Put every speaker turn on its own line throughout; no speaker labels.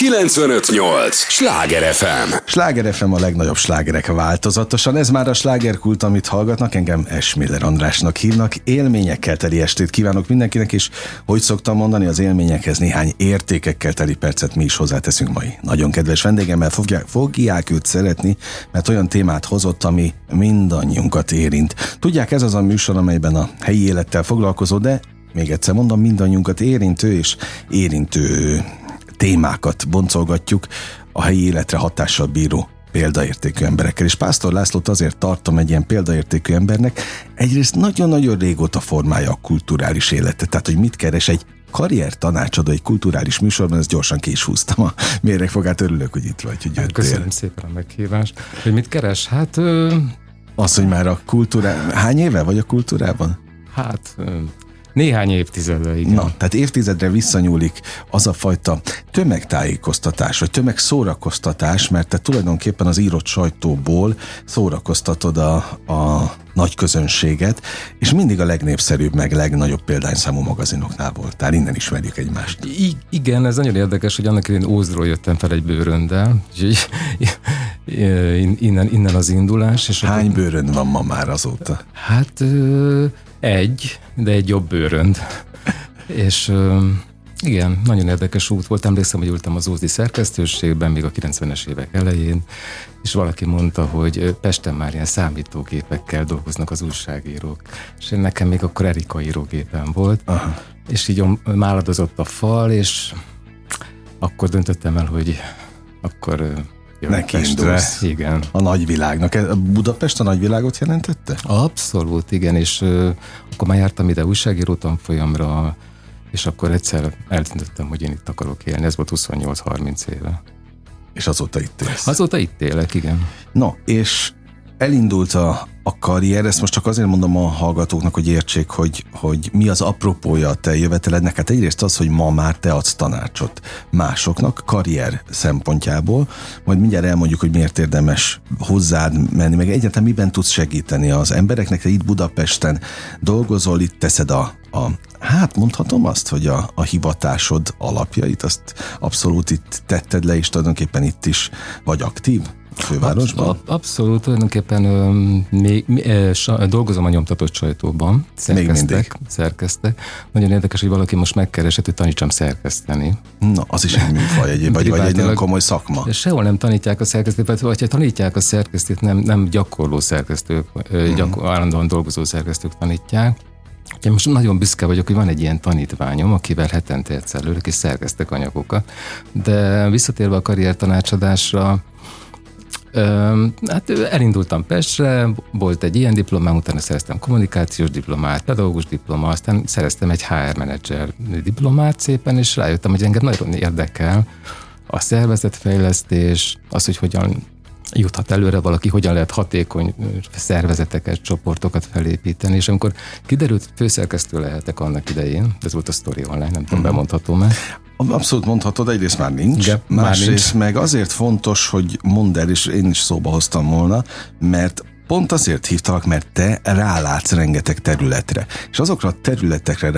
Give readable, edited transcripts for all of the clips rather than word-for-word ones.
95.8 Sláger FM.
Sláger FM a legnagyobb slágerek változatosan. Ez már a slágerkult, amit hallgatnak. Engem Esmiller Andrásnak hívnak. Élményekkel teli estét kívánok mindenkinek, és hogy szoktam mondani, az élményekhez néhány értékekkel teli percet mi is hozzáteszünk mai nagyon kedves vendégemmel. Fogják őt szeretni, mert olyan témát hozott, ami mindannyiunkat érint. Tudják, ez az a műsor, amelyben a helyi élettel foglalkozó, de még egyszer mondom, mindannyiunkat érintő és érintő témákat boncolgatjuk a helyi életre hatással bíró példaértékű emberekkel. És Pásztor Lászlót azért tartom egy ilyen példaértékű embernek, egyrészt nagyon-nagyon régóta formálja a kulturális életet. Tehát, hogy mit keres egy karrier tanácsadó egy kulturális műsorban, ezt gyorsan ki is húztam a méregfogát. Örülök, hogy itt vagy, hogy jöttél.
Köszönöm szépen a meghívást. Hogy mit keres? Hát...
Az, hogy már a kultúrában... Hány éve vagy a kultúrában?
Hát... Néhány évtizedre, igen.
Na, tehát évtizedre visszanyúlik az a fajta tömegtájékoztatás, vagy tömegszórakoztatás, mert te tulajdonképpen az írott sajtóból szórakoztatod a nagy közönséget, és mindig a legnépszerűbb, meg legnagyobb példányszámú magazinoknál voltál. Innen ismerjük egymást.
Igen, ez nagyon érdekes, hogy annak idején Ózdról jöttem fel egy bőröndel, úgyhogy innen az indulás. És
hány bőrönd van ma már azóta?
Hát... de egy jobb bőrönd. És igen, nagyon érdekes út volt. Emlékszem, hogy ültem az ózdi szerkesztőségben, még a 90-es évek elején, és valaki mondta, hogy Pesten már ilyen számítógépekkel dolgoznak az újságírók. És nekem még akkor Erika írógépen volt. Aha. És így máladozott a fal, és akkor döntöttem el, hogy akkor...
Nekiindulsz.
Igen.
A nagyvilágnak. Budapest a nagyvilágot jelentette?
Abszolút, igen, és akkor már jártam ide újságíró tanfolyamra, és akkor egyszer eldöntöttem, hogy én itt akarok élni. Ez volt 28-30 éve.
És azóta itt élsz?
Azóta itt élek, igen.
No, és elindult a karrier, ezt most csak azért mondom a hallgatóknak, hogy értsék, hogy mi az apropója a te jövetelednek. Hát egyrészt az, hogy ma már te adsz tanácsot másoknak karrier szempontjából, majd mindjárt elmondjuk, hogy miért érdemes hozzád menni, meg egyáltalán miben tudsz segíteni az embereknek. Te itt Budapesten dolgozol, itt teszed hát mondhatom azt, hogy a hivatásod alapjait, azt abszolút itt tetted le, és tulajdonképpen itt is vagy aktív a fővárosban?
Abszolút, tulajdonképpen dolgozom a nyomtatott sajtóban, szerkesztek. Nagyon érdekes, hogy valaki most megkeresett, hogy tanítsam szerkeszteni.
Na, az is egy műfaj egyébként, vagy egy nagyon komoly szakma.
Sehol nem tanítják a szerkesztőt, vagy ha tanítják a szerkesztőt, nem gyakorló szerkesztők, állandóan dolgozó szerkesztők tanítják. Én most nagyon büszke vagyok, hogy van egy ilyen tanítványom, akivel hetente egyszer ülök, és szerkesztek anyagokat. De visszatérve a karrier tanácsadásra, hát elindultam Pestre, volt egy ilyen diplomám, utána szereztem kommunikációs diplomát, pedagógus diploma, aztán szereztem egy HR menedzser diplomát szépen, és rájöttem, hogy engem nagyon érdekel a szervezetfejlesztés, az, hogy hogyan juthat előre valaki, hogyan lehet hatékony szervezeteket, csoportokat felépíteni, és amikor kiderült, főszerkesztő lehetek annak idején, ez volt a Story Online, nem tudom, bemondhatom-e.
Abszolút mondhatod, egyrészt már nincs,
igen,
másrészt meg azért fontos, hogy mondd el, és én is szóba hoztam volna, mert pont azért hívtalak, mert te rálátsz rengeteg területre, és azokra a területekre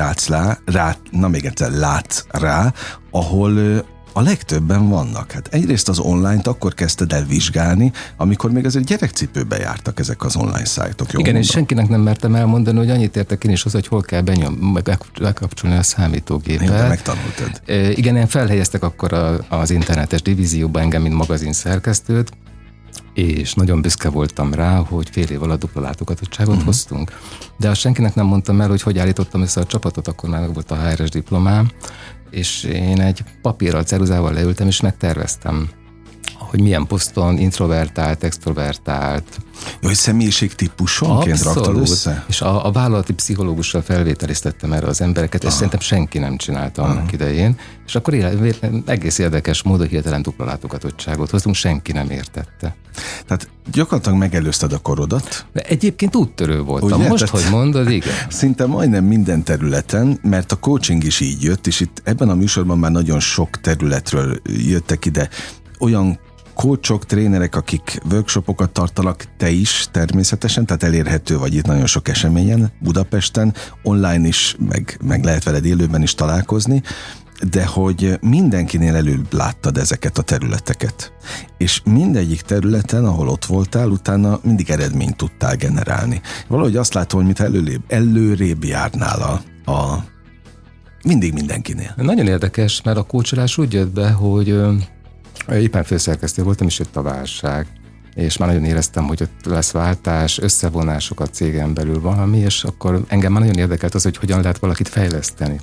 látsz rá, ahol a legtöbben vannak. Hát egyrészt az online-t akkor kezdted el vizsgálni, amikor még azért gyerekcipőbe jártak ezek az online szájtok.
Igen, mondom? És senkinek nem mertem elmondani, hogy annyit értek én is hozzá, hogy hol kell bekapcsolni a számítógépet.
Igen, megtanultad.
Igen, én felhelyeztek akkor az internetes divízióba engem, mint magazinszerkesztőt, és nagyon büszke voltam rá, hogy fél év alatt dupla látogatottságot hoztunk. De azt senkinek nem mondtam el, hogy állítottam össze a csapatot, akkor már meg volt a HR-es diplomám, és én egy papírral, ceruzával leültem, és megterveztem, hogy milyen poszton introvertált, extrovertált.
Jó, hogy személyiségtípusonként raktad össze?
És a vállalati pszichológussal felvételiztettem erre az embereket, ezt szerintem senki nem csinálta annak idején, és akkor egész érdekes módon hirtelen dupla látogatottságot hoztunk, senki nem értette.
Tehát gyakorlatilag megelőzted a korodat.
De egyébként úttörő voltam. Ugye? Most, hogy mondod, igen.
Szinte majdnem minden területen, mert a coaching is így jött, és itt ebben a műsorban már nagyon sok területről jöttek ide olyan coachok, trénerek, akik workshopokat tartanak, te is természetesen, tehát elérhető vagy itt nagyon sok eseményen, Budapesten, online is, meg lehet veled élőben is találkozni, de hogy mindenkinél előbb láttad ezeket a területeket. És mindegyik területen, ahol ott voltál, utána mindig eredményt tudtál generálni. Valahogy azt látom, hogy mintha előrébb járnál mindig mindenkinél.
Nagyon érdekes, mert a kócsolás úgy jött be, hogy éppen főszerkesztő voltam, és jött a válság. És már nagyon éreztem, hogy ott lesz váltás, összevonások a cégen belül valami, és akkor engem már nagyon érdekelt az, hogy hogyan lehet valakit fejleszteni.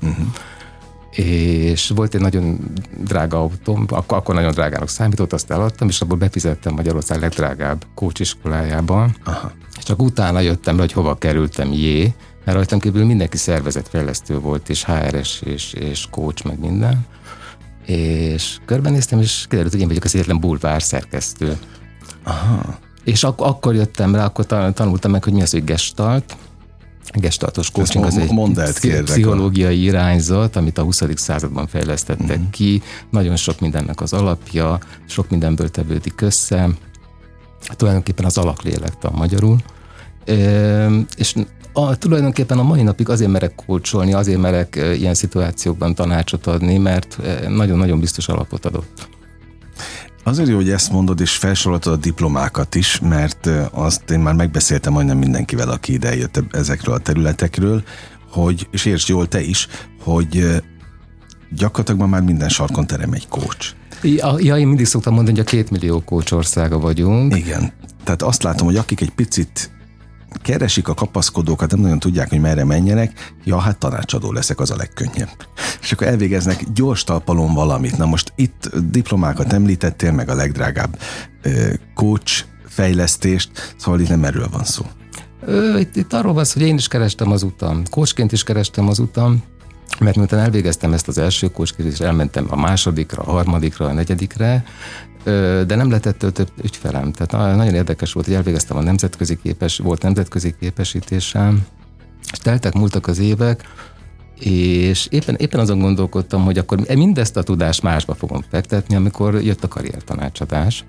És volt egy nagyon drága autóm, akkor nagyon drágának számított, azt eladtam, és abból befizettem Magyarország legdrágább kócsiskolájába. És csak utána jöttem le, hogy hova kerültem, mert rajtam kívül mindenki szervezetfejlesztő volt, és HRS, és coach, meg minden. És körbenéztem, és kiderült, hogy én vagyok az egyetlen bulvár szerkesztő.
Aha.
És akkor jöttem rá, akkor tanultam meg, hogy mi az, hogy gestaltos coaching, az egy pszichológiai irányzat, amit a 20. században fejlesztettek ki. Nagyon sok mindennek az alapja, sok mindenből tevődik össze. Tulajdonképpen az alaklélektan magyarul. És tulajdonképpen a mai napig azért merek coacholni, azért merek ilyen szituációkban tanácsot adni, mert nagyon-nagyon biztos alapot adott.
Azért jó, hogy ezt mondod, és felsoroltad a diplomákat is, mert azt én már megbeszéltem majdnem mindenkivel, aki ide jött ezekről a területekről, hogy, és értsd jól te is, hogy gyakorlatilag már minden sarkon terem egy coach.
Ja, én mindig szoktam mondani, hogy a 2 millió coach országa vagyunk.
Igen, tehát azt látom, hogy akik egy picit keresik a kapaszkodókat, nem nagyon tudják, hogy merre menjenek, hát tanácsadó leszek, az a legkönnyebb. És akkor elvégeznek gyors talpalon valamit. Na most itt diplomákat említettél, meg a legdrágább coach fejlesztést, szóval itt nem erről van szó.
Itt arról van szó, hogy én is kerestem az utam. Coachként is kerestem az utam, mert miután elvégeztem ezt az első coachképzést, elmentem a másodikra, a harmadikra, a negyedikre, de nem lett ettől több ügyfelem. Tehát nagyon érdekes volt, hogy elvégeztem volt nemzetközi képesítésem, és múltak az évek, és éppen azon gondolkodtam, hogy akkor mindezt a tudást másba fogom fektetni, amikor jött a karriertanácsadás.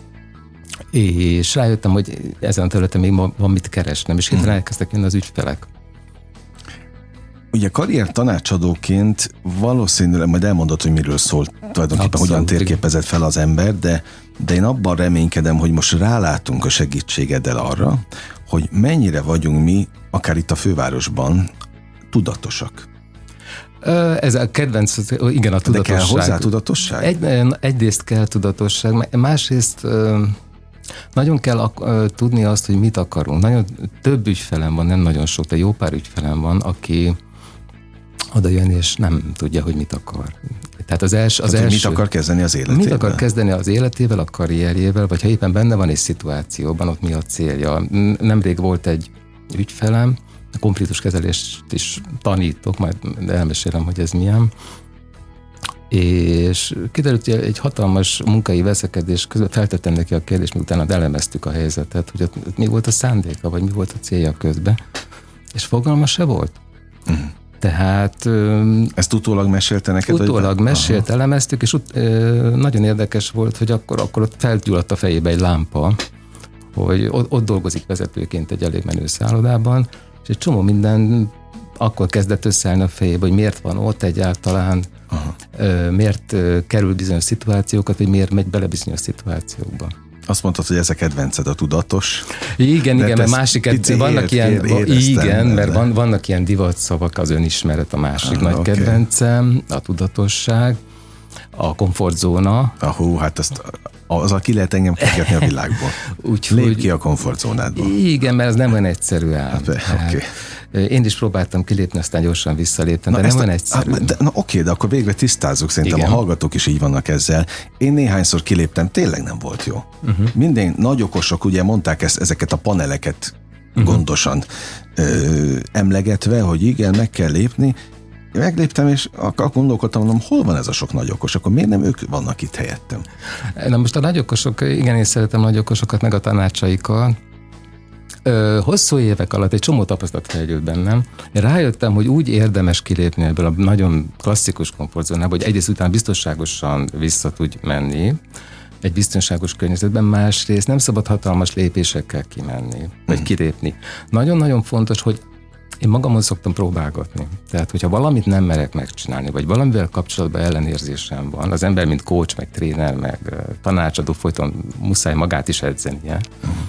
És rájöttem, hogy ezen a területen még van mit keresnem, és hirtelen elkezdtek jönni az ügyfelek.
Ugye karriertanácsadóként valószínűleg majd elmondod, hogy miről szól tulajdonképpen, abszolút, hogyan térképezed fel az ember, de én abban reménykedem, hogy most rálátunk a segítségeddel arra, hogy mennyire vagyunk mi, akár itt a fővárosban, tudatosak.
Ez a kedvenc, igen, a tudatosság.
De kell hozzá tudatosság?
Egyrészt kell tudatosság, másrészt nagyon kell tudni azt, hogy mit akarunk. Nagyon több ügyfelem van, nem nagyon sok, de jó pár ügyfelem van, aki oda jön, és nem tudja, hogy mit akar. Tehát az első...
Mit akar kezdeni az életével?
Mit akar kezdeni az életével, a karrierjével, vagy ha éppen benne van egy szituációban, ott mi a célja. Nemrég volt egy ügyfelem, a konfliktuskezelést is tanítok, majd elmesélem, hogy ez milyen. És kiderült, hogy egy hatalmas munkai veszekedés közben feltettem neki a kérdést, miután elemeztük a helyzetet, hogy ott mi volt a szándéka, vagy mi volt a célja közben. És fogalma se volt. Tehát...
Ezt utólag mesélte neked?
Utólag mesélt, elemeztük, és nagyon érdekes volt, hogy akkor ott felgyulladt a fejébe egy lámpa, hogy ott dolgozik vezetőként egy elég menő szállodában, és egy csomó minden akkor kezdett összeállni a fejébe, hogy miért van ott egyáltalán, miért kerül bizonyos szituációkat, vagy miért megy bele bizonyos szituációkba.
Azt mondtad, hogy ez a kedvenced, a tudatos.
Igen, mert másik, vannak vannak ilyen divatszavak, az önismeret a másik nagy kedvencem, a tudatosság, a komfortzóna.
Hát azzal ki lehet engem kergetni a világból. Lépj ki a komfortzónádból.
Igen, mert ez nem olyan egyszerű ám. Én is próbáltam kilépni, aztán gyorsan visszaléptem, de nem olyan egyszerű.
De akkor végre tisztázzuk, szerintem igen. A hallgatók is így vannak ezzel. Én néhányszor kiléptem, tényleg nem volt jó. Minden nagy okosok ugye mondták ezeket a paneleket gondosan emlegetve, hogy igen, meg kell lépni. Én megléptem, és akkor gondolkodtam, mondom, hol van ez a sok nagy okos, akkor miért nem ők vannak itt helyettem?
Na most a nagy okosok, igen, én szeretem nagy okosokat, meg a tanácsaikat. Hosszú évek alatt egy csomó tapasztalat fejlődött bennem. Én rájöttem, hogy úgy érdemes kilépni ebből a nagyon klasszikus komfortzónából, hogy egyrészt után biztonságosan vissza tudj menni, egy biztonságos környezetben, másrészt nem szabad hatalmas lépésekkel kimenni, vagy kilépni. Nagyon-nagyon fontos, hogy Én magamon szoktam próbálgatni. Tehát, hogyha valamit nem merek megcsinálni, vagy valamivel kapcsolatban ellenérzésem van, az ember, mint coach, meg tréner, meg tanácsadó folyton muszáj magát is edzenie,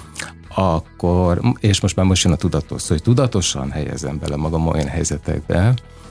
akkor, és most jön a tudatos, hogy tudatosan helyezem bele magam olyan helyzetekbe,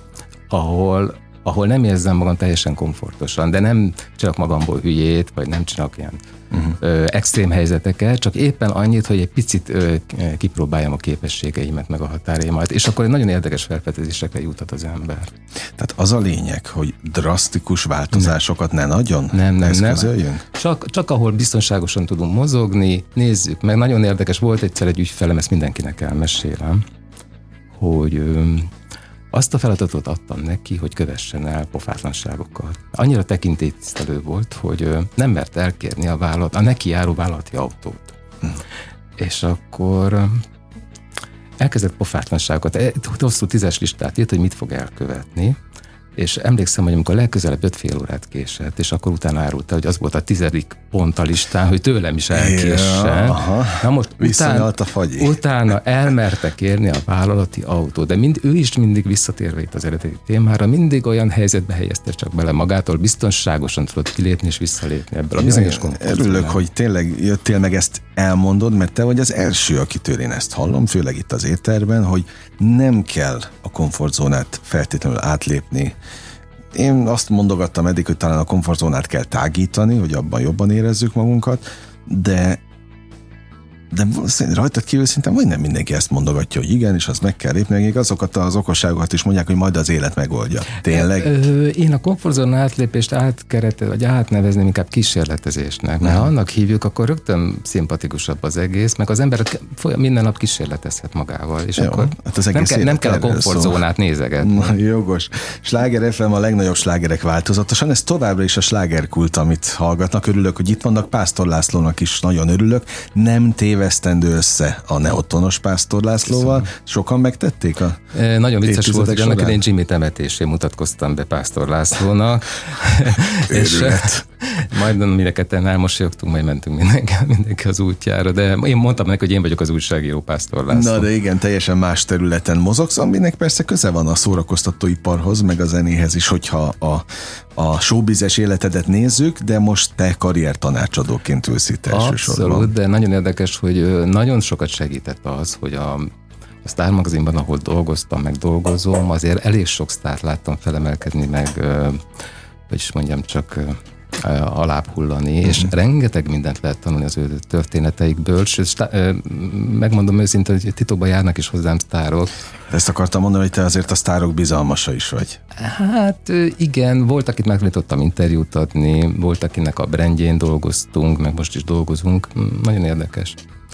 ahol nem érzem magam teljesen komfortosan, de nem csinálok magamból hülyét, vagy nem csinálok ilyen extrém helyzeteket, csak éppen annyit, hogy egy picit kipróbáljam a képességeimet, meg a határaimat, és akkor egy nagyon érdekes felfedezésekre juthat az ember.
Tehát az a lényeg, hogy drasztikus változásokat ne nagyon eszközöljünk?
Csak ahol biztonságosan tudunk mozogni, nézzük meg. Nagyon érdekes volt egyszer egy ügyfelem, ezt mindenkinek elmesélem, hogy azt a feladatot adtam neki, hogy kövessen el pofátlanságokat. Annyira tekintélytisztelő volt, hogy nem mert elkérni a neki járó vállalati autót. És akkor elkezdett pofátlanságokat. Hosszú 10-es listát írt, hogy mit fog elkövetni, és emlékszem, hogy amikor legközelebb 5 fél órát késett, és akkor utána árulta, hogy az volt a 10. pont a listán, hogy tőlem is elkéssen.
Na most
utána elmerte kérni a vállalati autót, de ő is mindig visszatérve itt az eredeti témára, mindig olyan helyzetbe helyezte csak bele magától, biztonságosan tudott kilépni és visszalépni ebből a bizonyos komfortzónál.
Örülök, hogy tényleg jöttél, meg ezt elmondod, mert te vagy az első, akitől én ezt hallom, főleg itt az étterben, hogy nem kell a komfortzónát feltétlenül átlépni. Én azt mondogattam eddig, hogy talán a komfortzónát kell tágítani, hogy abban jobban érezzük magunkat, de rajtad kívül szinte majdnem mindenki ezt mondogatja, hogy igen, és azt meg kell lépni, még azokat az okosságokat is mondják, hogy majd az élet megoldja. Tényleg?
Én a komfortzóna átlépést átnevezném inkább kísérletezésnek, mert ha annak hívjuk, akkor rögtön szimpatikusabb az egész, meg az ember minden nap kísérletezhet magával, és akkor
hát az
nem kell a komfortzónát nézegetni.
Na, jogos. Sláger FM a legnagyobb slágerek változatosan, ez továbbra is a slágerkult, amit hallgatnak. Örülök, hogy itt vannak, Pásztor Lászlónak is nagyon örülök. Nem tévesztendő össze a neotonos Pásztor Lászlóval. Sokan megtették a
nagyon vicces volt, hogy annak idején Jimmy temetésén mutatkoztam be Pásztor Lászlónak. És majd mindenketten elmosolyogtunk, majd mentünk mindenki az útjára, de én mondtam neki, hogy én vagyok az újságíró Pásztor László.
Na de igen, teljesen más területen mozogsz, aminek persze köze van a szórakoztatóiparhoz, meg a zenéhez is, hogyha a showbizes életedet nézzük, de most te karriertanácsadóként ülsz itt elsősorban.
Abszolút, de nagyon érdekes, hogy nagyon sokat segített az, hogy a Sztár magazinban, ahol dolgoztam, meg dolgozom, azért elég sok sztárt láttam felemelkedni, meg, hogy is mondjam, csak alább hullani, és rengeteg mindent lehet tanulni az ő történeteikből, sőt, megmondom őszintén, hogy titokban járnak is hozzám sztárok.
Ezt akartam mondani, hogy te azért a sztárok bizalmasa is vagy.
Hát igen, volt, akit megtanítottam interjút adni, volt, akinek a brandjén dolgoztunk, meg most is dolgozunk, nagyon érdekes.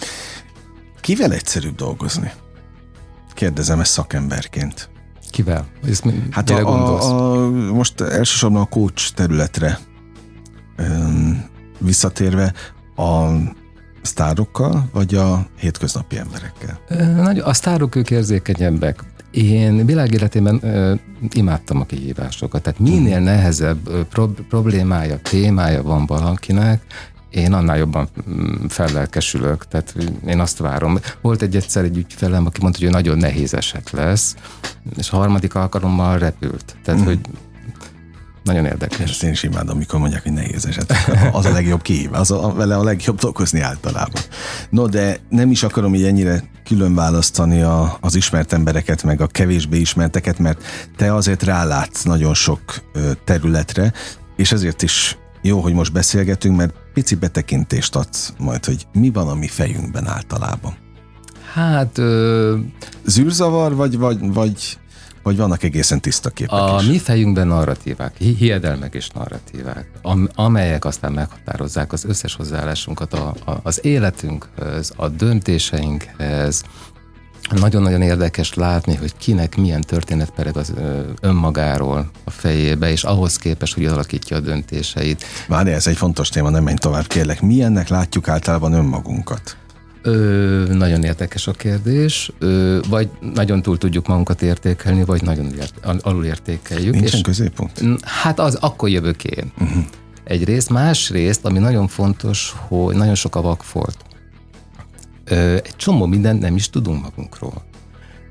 Kivel egyszerűbb dolgozni? Kérdezem ezt szakemberként.
Kivel?
Hát most elsősorban a coach területre visszatérve, a sztárokkal, vagy a hétköznapi emberekkel?
A sztárok, ők érzékenyebbek. Én világéletében imádtam a kihívásokat. Tehát minél nehezebb problémája, témája van valakinek, én annál jobban fellelkesülök, tehát én azt várom. Volt egyszer egy ügyfelem, aki mondta, hogy ő nagyon nehéz eset lesz, és a harmadik alkalommal repült. Tehát, hogy nagyon érdekes.
Ezt én is imádom, amikor mondják, hogy nehéz eset. Az a legjobb kihívás, vele a legjobb dolgozni általában. No, de nem is akarom így ennyire külön választani az ismert embereket, meg a kevésbé ismerteket, mert te azért rálátsz nagyon sok területre, és ezért is jó, hogy most beszélgetünk, mert pici betekintést adsz majd, hogy mi van a mi fejünkben általában.
Hát...
Zűrzavar, vagy vannak egészen tiszta képek
a
is?
Mi fejünkben narratívák, hiedelmek és narratívák, amelyek aztán meghatározzák az összes hozzáállásunkat az életünkhöz, a döntéseinkhez. Nagyon-nagyon érdekes látni, hogy kinek milyen történet pereg az önmagáról a fejébe, és ahhoz képest, hogy alakítja a döntéseit.
Várj, ez egy fontos téma, nem menj tovább, kérlek. Milyennek látjuk általában önmagunkat?
Nagyon érdekes a kérdés. Vagy nagyon túl tudjuk magunkat értékelni, vagy nagyon alul értékeljük.
Nincsen középpont?
Hát az akkor jövök én. Egyrészt, másrészt, ami nagyon fontos, hogy nagyon sok a vakfolt. Egy csomó mindent nem is tudunk magunkról.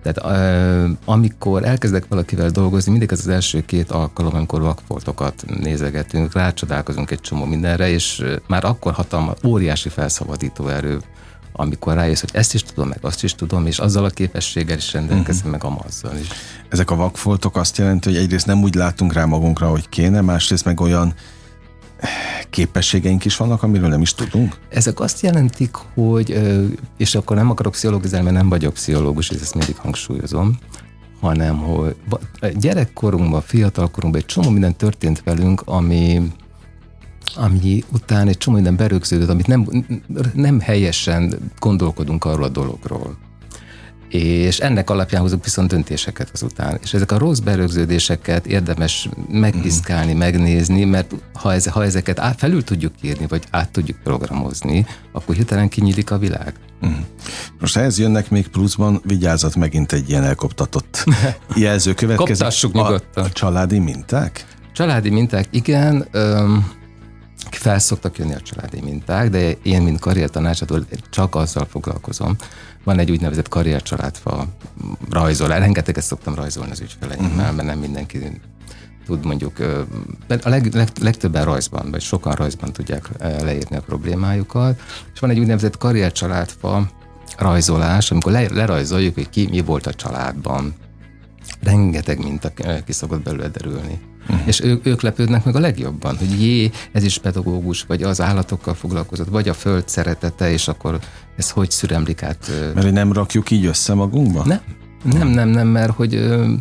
Tehát amikor elkezdek valakivel dolgozni, mindig ez az első 2 alkalom, amikor vakfoltokat nézegetünk, rácsodálkozunk egy csomó mindenre, és már akkor óriási felszabadító erő, amikor rájössz, hogy ezt is tudom, meg azt is tudom, és azzal a képességgel is rendelkezem, meg amazzal is.
Ezek a vakfoltok azt jelenti, hogy egyrészt nem úgy látunk rá magunkra, hogy kéne, másrészt meg olyan képességeink is vannak, amiről nem is tudunk?
Ezek azt jelentik, hogy, és akkor nem akarok pszichológizálni, mert nem vagyok pszichológus, és ezt mindig hangsúlyozom, hanem, hogy gyerekkorunkban, fiatalkorunkban egy csomó minden történt velünk, ami után egy csomó minden berögződött, amit nem helyesen gondolkodunk arról a dologról. És ennek alapján hozunk viszont döntéseket azután. És ezek a rossz berögződéseket érdemes megpiszkálni, megnézni, mert ha ezeket felül tudjuk írni, vagy át tudjuk programozni, akkor hirtelen kinyílik a világ.
Most ehhez jönnek még pluszban, vigyázat, megint egy ilyen elkoptatott jelző következik.
Koptassuk nyugodtan.
A családi minták?
Családi minták, igen. Fel szoktak jönni a családi minták, de én, mint karriertanácsadó, csak azzal foglalkozom. Van egy úgynevezett karriercsaládfa rajzolás. Rengeteget szoktam rajzolni az ügyfeleimmel, mert nem mindenki tud mondjuk, a legtöbben rajzban, vagy sokan rajzban tudják leírni a problémájukat. És van egy úgynevezett karriercsaládfa rajzolás, amikor lerajzoljuk, hogy ki mi volt a családban. Rengeteg minta ki szokott belőle derülni. És ők lepődnek meg a legjobban, hogy ez is pedagógus, vagy az állatokkal foglalkozott, vagy a föld szeretete, és akkor ez hogy szüremlik át.
Mert hogy nem rakjuk így össze magunkba?
Nem, mert hogy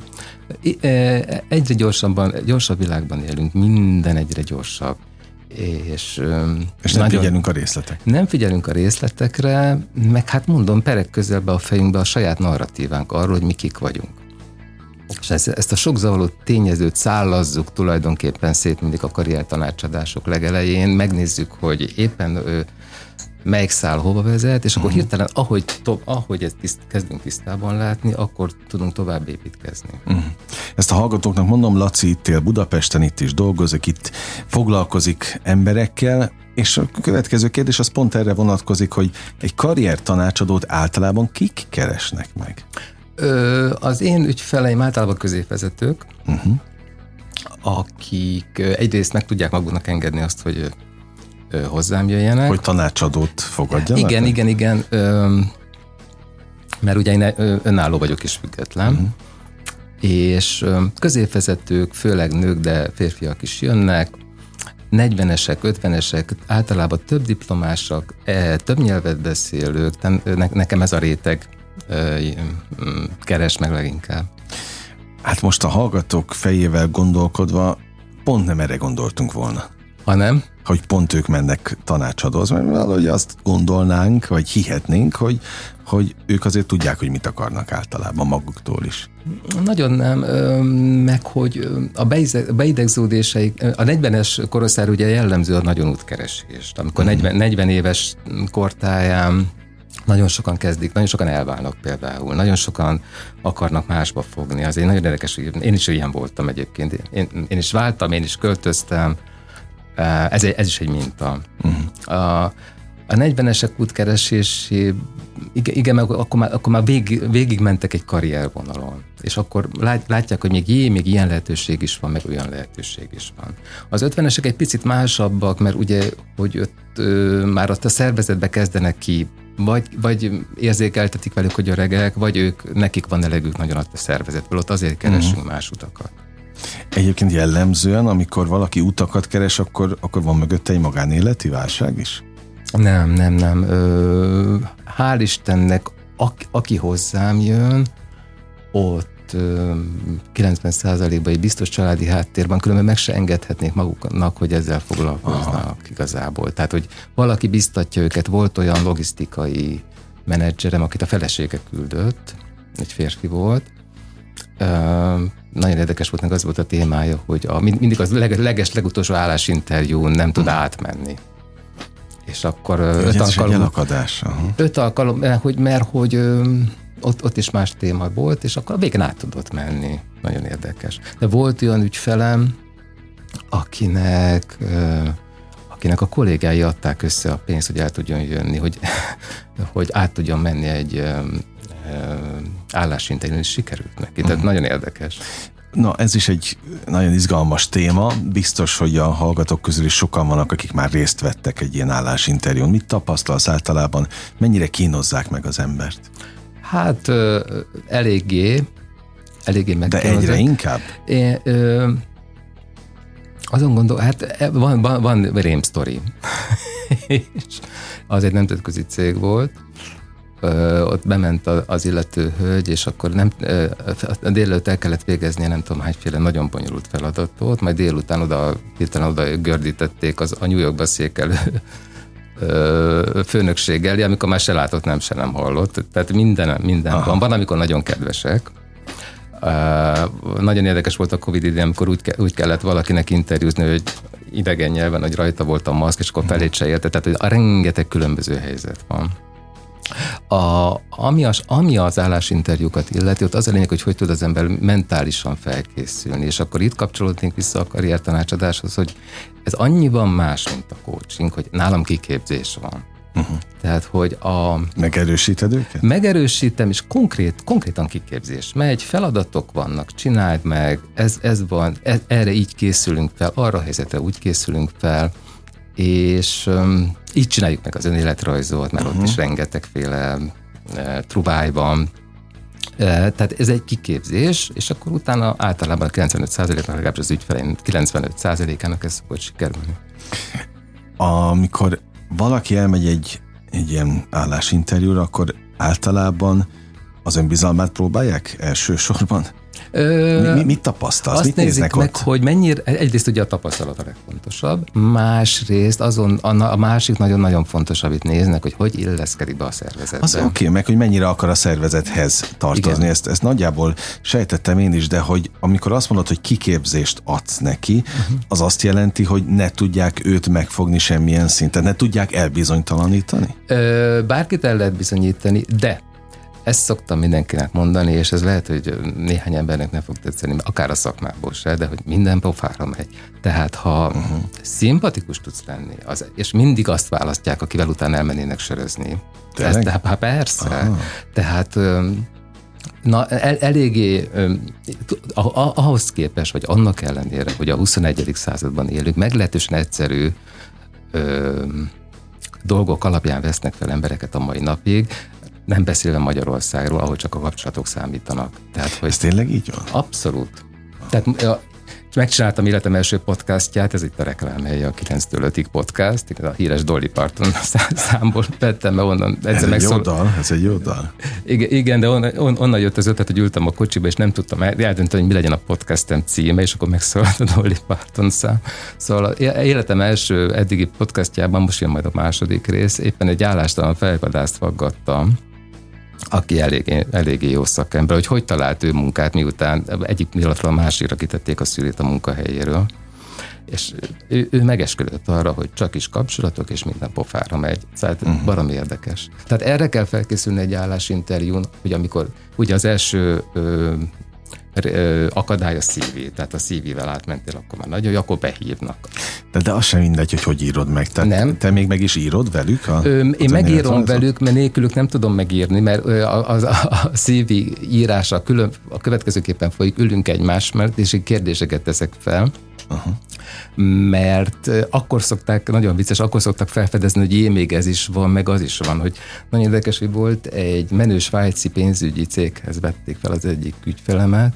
egyre gyorsabb világban élünk, minden egyre gyorsabb. És
nem figyelünk a részletekre.
Nem figyelünk a részletekre, meg hát mondom, pereg közelbe a fejünkbe a saját narratívánk arról, hogy mi kik vagyunk. És ezt a sok zavaró tényezőt szállazzuk tulajdonképpen szét mindig a karriertanácsadások legelején, megnézzük, hogy éppen melyik szál hova vezet, és akkor hirtelen, ahogy ezt kezdünk tisztában látni, akkor tudunk tovább építkezni.
Ezt a hallgatóknak mondom, Laci itt él Budapesten, itt is dolgozik, itt foglalkozik emberekkel, és a következő kérdés az pont erre vonatkozik, hogy egy karriertanácsadót általában kik keresnek meg?
Az én ügyfeleim általában középvezetők, akik egyrészt meg tudják maguknak engedni azt, hogy hozzám jöjjenek.
Hogy tanácsadót fogadjanak?
Igen. Mert ugye én önálló vagyok és független. És középvezetők, főleg nők, de férfiak is jönnek, 40-esek, 50-esek, általában több diplomásak, több nyelvet beszélők, nekem ez a réteg keres meg leginkább.
Hát most a hallgatók fejével gondolkodva pont nem erre gondoltunk volna.
Hanem?
Hogy pont ők mennek tanácsadóhoz, mert valahogy azt gondolnánk, vagy hihetnénk, hogy ők azért tudják, hogy mit akarnak általában maguktól is.
Nagyon nem, meg hogy a beidegződéseik, a 40-es korosztály ugye jellemző a nagyon útkeresést. Amikor 40 éves kortáján nagyon sokan kezdik, nagyon sokan elválnak például, nagyon sokan akarnak másba fogni. Azért nagyon érdekes, én is ilyen voltam egyébként. Én is váltam, én is költöztem, ez is egy minta. A 40-esek útkeresésé, igen, akkor már végig mentek egy karriervonalon, és akkor látják, hogy még ilyen lehetőség is van, meg olyan lehetőség is van. Az 50-esek egy picit másabbak, mert ugye, hogy már ott a szervezetbe kezdenek ki, vagy érzékeltetik velük, hogy öregek, vagy nekik van elegük nagyon a szervezetből, ott azért keresünk más utakat.
Egyébként jellemzően, amikor valaki utakat keres, akkor van mögötte egy magánéleti válság is?
Nem. Hál' Istennek, aki hozzám jön, ott 90%-ban egy biztos családi háttérben, különben meg se engedhetnék maguknak, hogy ezzel foglalkoznak igazából. Tehát, hogy valaki biztatja őket, volt olyan logisztikai menedzserem, akit a felesége küldött, egy férfi volt. Nagyon érdekes volt, meg az volt a témája, hogy mindig az legutolsó állásinterjún nem tud átmenni. És akkor 5 alkalom, mert hogy ott is más téma volt, és akkor a végén át tudott menni. Nagyon érdekes. De volt olyan ügyfelem, akinek a kollégái adták össze a pénzt, hogy el tudjon jönni, hogy át tudjon menni egy állásinterjún is sikerült neki. Tehát nagyon érdekes.
Na, ez is egy nagyon izgalmas téma. Biztos, hogy a hallgatók közül is sokan vannak, akik már részt vettek egy ilyen állásinterjún. Mit tapasztalsz általában? Mennyire kínozzák meg az embert?
Hát eléggé megkínozzák.
De egyre inkább?
Azon gondolom, hát van rémsztori. És az egy nemzetközi cég volt, ott bement az illető hölgy, és akkor délelőtt el kellett végeznie nem tudom hányféle nagyon bonyolult feladatot, majd délután hirtelen oda gördítették a New Yorkba székelő főnökség elé, amikor már se látott, se nem hallott. Tehát minden van, amikor nagyon kedvesek. Nagyon érdekes volt a Covid idején, amikor úgy kellett valakinek interjúzni, hogy idegen nyelven, hogy rajta volt a maszk, és akkor felét se érte. Tehát hogy rengeteg különböző helyzet van. Ami az állásinterjúkat illeti, ott az a lényeg, hogy tud az ember mentálisan felkészülni, és akkor itt kapcsolódnénk vissza a karriertanácsadáshoz, hogy ez annyiban más, mint a coaching, hogy nálam kiképzés van. Tehát, hogy
Megerősíted őket?
Megerősítem, és konkrétan kiképzés megy, feladatok vannak, csináld meg, ez van, erre így készülünk fel, arra a helyzetre úgy készülünk fel, és így csináljuk meg az önéletrajzot, mert ott is rengetegféle trubály van. Tehát ez egy kiképzés, és akkor utána általában a 95%-nak, legalábbis az ügyfeleim 95%-ának ez szokott sikerülni.
Amikor valaki elmegy egy ilyen állásinterjúra, akkor általában az önbizalmát próbálják elsősorban? Mit tapasztalsz?
Azt
mit
nézik meg,
ott?
hogy mennyire, egyrészt ugye a tapasztalat a legfontosabb, másrészt a másik nagyon-nagyon fontos, amit néznek, hogy illeszkedik be a szervezetbe.
Az oké, meg hogy mennyire akar a szervezethez tartozni. Ezt nagyjából sejtettem én is, de hogy amikor azt mondod, hogy kiképzést adsz neki, az azt jelenti, hogy ne tudják őt megfogni semmilyen szinten, ne tudják elbizonytalanítani?
Bárkit el lehet bizonyítani, de ezt szoktam mindenkinek mondani, és ez lehet, hogy néhány embernek nem fog tetszeni, akár a szakmából se, de hogy minden pofára megy. Tehát, ha szimpatikus tudsz lenni, és mindig azt választják, akivel utána elmennének sörözni. Hát persze. Aha. Tehát eléggé ahhoz képest, vagy annak ellenére, hogy a 21. században élünk, meglehetősen egyszerű dolgok alapján vesznek fel embereket a mai napig, nem beszélve Magyarországról, ahol csak a kapcsolatok számítanak. Tehát, hogy
ez tényleg így van?
Abszolút. Tehát megcsináltam életem első podcastját, ez itt a reklámhelye, a 9-től 5-ig podcast, a híres Dolly Parton számból vettem, mert onnan
egyszer ez egy jó dal.
Igen, de onnan jött az ötlet, hogy ültem a kocsiba, és nem tudtam eldönteni, hogy mi legyen a podcastem címe, és akkor megszólalt a Dolly Parton szám. Szóval életem első eddigi podcastjában, most jön majd a második rész, éppen egy állástalan fejvadászt faggattam, aki eléggé jó szakember, hogy talált ő munkát, miután egyik pillanatról a másikra kitették a szűrét a munkahelyéről. És ő megesküdött arra, hogy csak is kapcsolatok, és minden pofára megy. Szóval baromi érdekes. Tehát erre kell felkészülni egy állásinterjún, hogy amikor ugye az első akadály a CV, tehát a CV-vel átmentél, akkor már nagyon, akkor behívnak. De
az sem mindegy, hogy írod meg. Tehát nem. Te még meg is írod velük?
Én megírom velük, mert nélkülük nem tudom megírni, mert a CV írása a következőképpen folyik, ülünk egymás mellett, és én kérdéseket teszek fel. Aha. Mert akkor szokták, nagyon vicces, akkor szoktak felfedezni, hogy még ez is van, meg az is van, hogy nagyon érdekes, hogy volt egy menő svájci pénzügyi céghez vették fel az egyik ügyfelemet,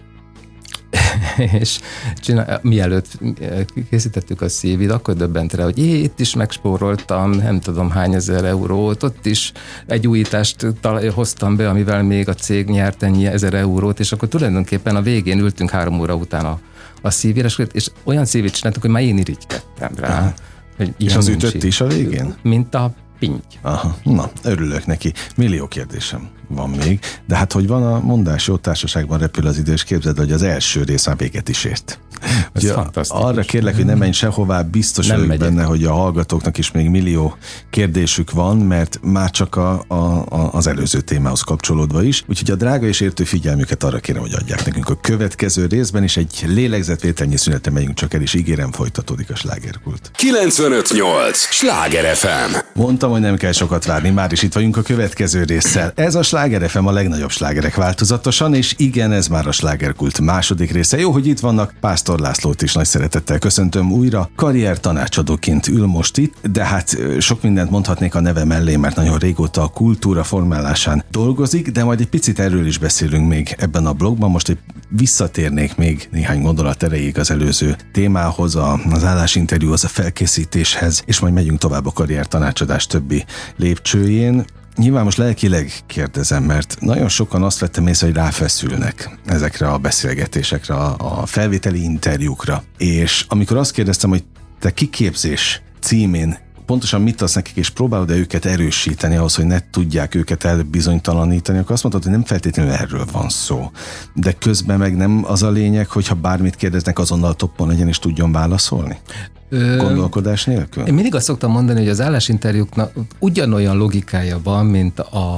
és mielőtt készítettük a CV-t, akkor döbbent rá, hogy itt is megspóroltam, nem tudom hány ezer eurót, ott is egy újítást hoztam be, amivel még a cég nyert ennyi 1000 eurót, és akkor tulajdonképpen a végén ültünk 3 óra után a CV-re, és olyan CV-t csináltuk, hogy már én irigykedtem rá.
És az ütött is a végén?
Mint a pinty.
Aha, na, örülök neki. Millió kérdésem van még, de hát hogy van a mondás, jó társaságban repül az idő, és képzeld, hogy az első rész már véget is ért.
Ez fantasztikus.
Arra kérlek, hogy ne menj sehová, biztos vagyok benne, hogy a hallgatóknak is még millió kérdésük van, mert már csak az előző témához kapcsolódva is. Úgyhogy a drága és értő figyelmüket arra kérem, hogy adják nekünk a következő részben, és egy lélegzetvételnyi szünetre megyünk csak el, és ígérem, folytatódik a slágerkult.
95.8 Sláger FM.
Mondtam, hogy nem kell sokat várni, már is itt vagyunk a következő résszel. Ez a Sláger FM, a legnagyobb slágerek változatosan, és igen, ez már a slágerkult második része. Jó, hogy itt vannak, Pásztor Lászlót is nagy szeretettel köszöntöm újra. Karrier tanácsadóként ül most itt, de hát sok mindent mondhatnék a neve mellé, mert nagyon régóta a kultúra formálásán dolgozik, de majd egy picit erről is beszélünk még ebben a blogban. Most egy visszatérnék még néhány gondolat erejéig az előző témához, az állásinterjúhoz, a felkészítéshez, és majd megyünk tovább a karrier tanácsadás többi lépcsőjén. Nyilván most lelkileg kérdezem, mert nagyon sokan azt vettem észre, hogy ráfeszülnek ezekre a beszélgetésekre, a felvételi interjúkra. És amikor azt kérdeztem, hogy te kiképzés címén pontosan mit adsz nekik, és próbálod-e őket erősíteni ahhoz, hogy ne tudják őket elbizonytalanítani, akkor azt mondtad, hogy nem feltétlenül erről van szó. De közben meg nem az a lényeg, hogyha bármit kérdeznek, azonnal toppon legyen és tudjon válaszolni? Gondolkodás nélkül?
Én mindig azt szoktam mondani, hogy az állásinterjúknak ugyanolyan logikája van, mint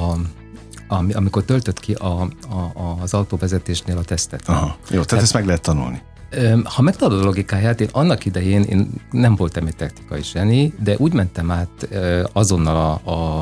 amikor töltött ki az autóvezetésnél a tesztet.
Aha. Jó, tehát ezt meg lehet tanulni.
Ha megtanulod a logikáját, én annak idején én nem voltam egy technikai zseni, de úgy mentem át azonnal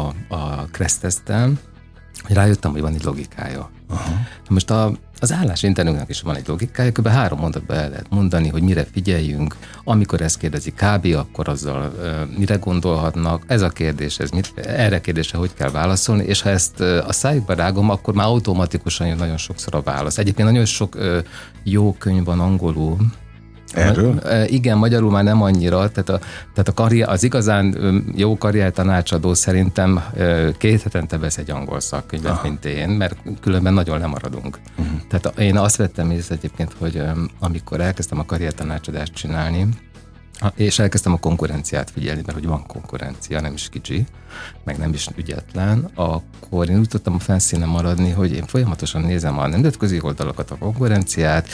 a Kressz-teszten, hogy rájöttem, hogy van egy logikája. Aha. Most az állásinterjúknak is van egy logikája, kb. 3 mondatban el lehet mondani, hogy mire figyeljünk, amikor ezt kérdezi kb., akkor azzal mire gondolhatnak, ez a kérdés, erre kérdésre hogy kell válaszolni, és ha ezt a szájukba rágom, akkor már automatikusan jön nagyon sokszor a válasz. Egyébként nagyon sok jó könyv van angolul.
Erről?
Igen, magyarul már nem annyira, tehát az igazán jó karriertanácsadó szerintem 2 hetente vesz egy angol szakkönyvet, mint én, mert különben nagyon lemaradunk. Tehát én azt vettem észre egyébként, hogy amikor elkezdtem a karriertanácsadást csinálni, és elkezdtem a konkurenciát figyelni, mert hogy van konkurencia, nem is kicsi, meg nem is ügyetlen, akkor én úgy tudtam a felszínen maradni, hogy én folyamatosan nézem a nemzetközi oldalakat, a konkurenciát,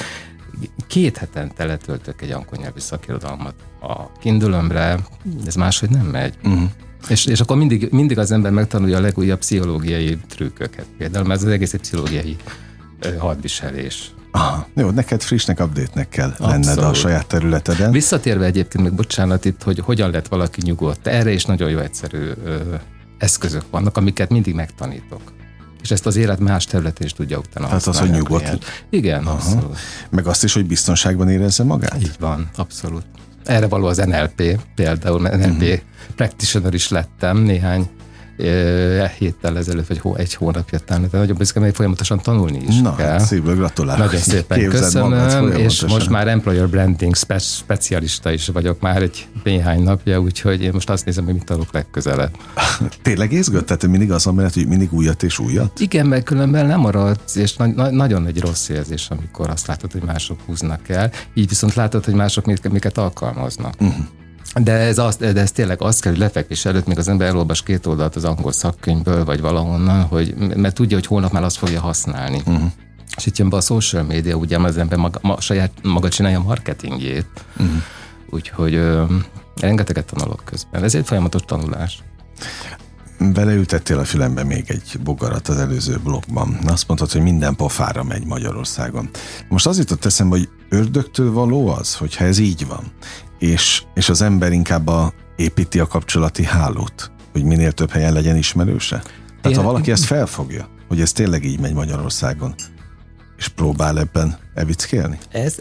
2 hetente letöltök egy angol nyelvű szakirodalmat a Kindle-ömre, ez máshogy nem megy. És akkor mindig az ember megtanulja a legújabb pszichológiai trükköket, például, mert ez az egész egy pszichológiai hadviselés.
Aha. Jó, neked frissnek, update-nek kell lenned a saját területeden.
Visszatérve egyébként, még bocsánat itt, hogy hogyan lett valaki nyugodt, erre is nagyon jó egyszerű eszközök vannak, amiket mindig megtanítok. És ezt az élet más területén is tudja utána használni.
Tehát az, hogy nyugodt.
Igen, abszolút.
Meg azt is, hogy biztonságban érezze magát?
Így van, abszolút. Erre való az NLP, például NLP practitioner is lettem néhány héttel ezelőtt, vagy egy hónapja talán, de nagyon büszke, mert folyamatosan tanulni is kell.
Szívből gratulálok.
Nagyon szépen köszönöm, és most már employer branding specialista is vagyok már egy néhány napja, úgyhogy én most azt nézem, hogy mit tanulok legközelebb.
Tényleg izgat? Tehát mindig az van, hogy mindig újat és újat?
Igen, mert különben lemaradsz, és nagyon egy rossz érzés, amikor azt látod, hogy mások húznak el, így viszont látod, hogy mások miket alkalmaznak. De ez tényleg azt kell, hogy lefekvés előtt még az ember elolvas 2 oldalt az angol szakkönyvből, vagy valahonnan, mert tudja, hogy holnap már azt fogja használni. És itt jön be a social media, ugye az ember saját maga csinálja a marketingjét. Úgyhogy rengeteget tanulok közben. Ez egy folyamatos tanulás.
Beleültettél a fülembe még egy bogarat az előző blogban. Azt mondtad, hogy minden pofára megy Magyarországon. Most az jutott eszembe, hogy ördögtől való az, hogyha ez így van, és az ember inkább építi a kapcsolati hálót, hogy minél több helyen legyen ismerőse. Tehát ha valaki ezt felfogja, hogy ez tényleg így megy Magyarországon, és próbál ebben evickélni?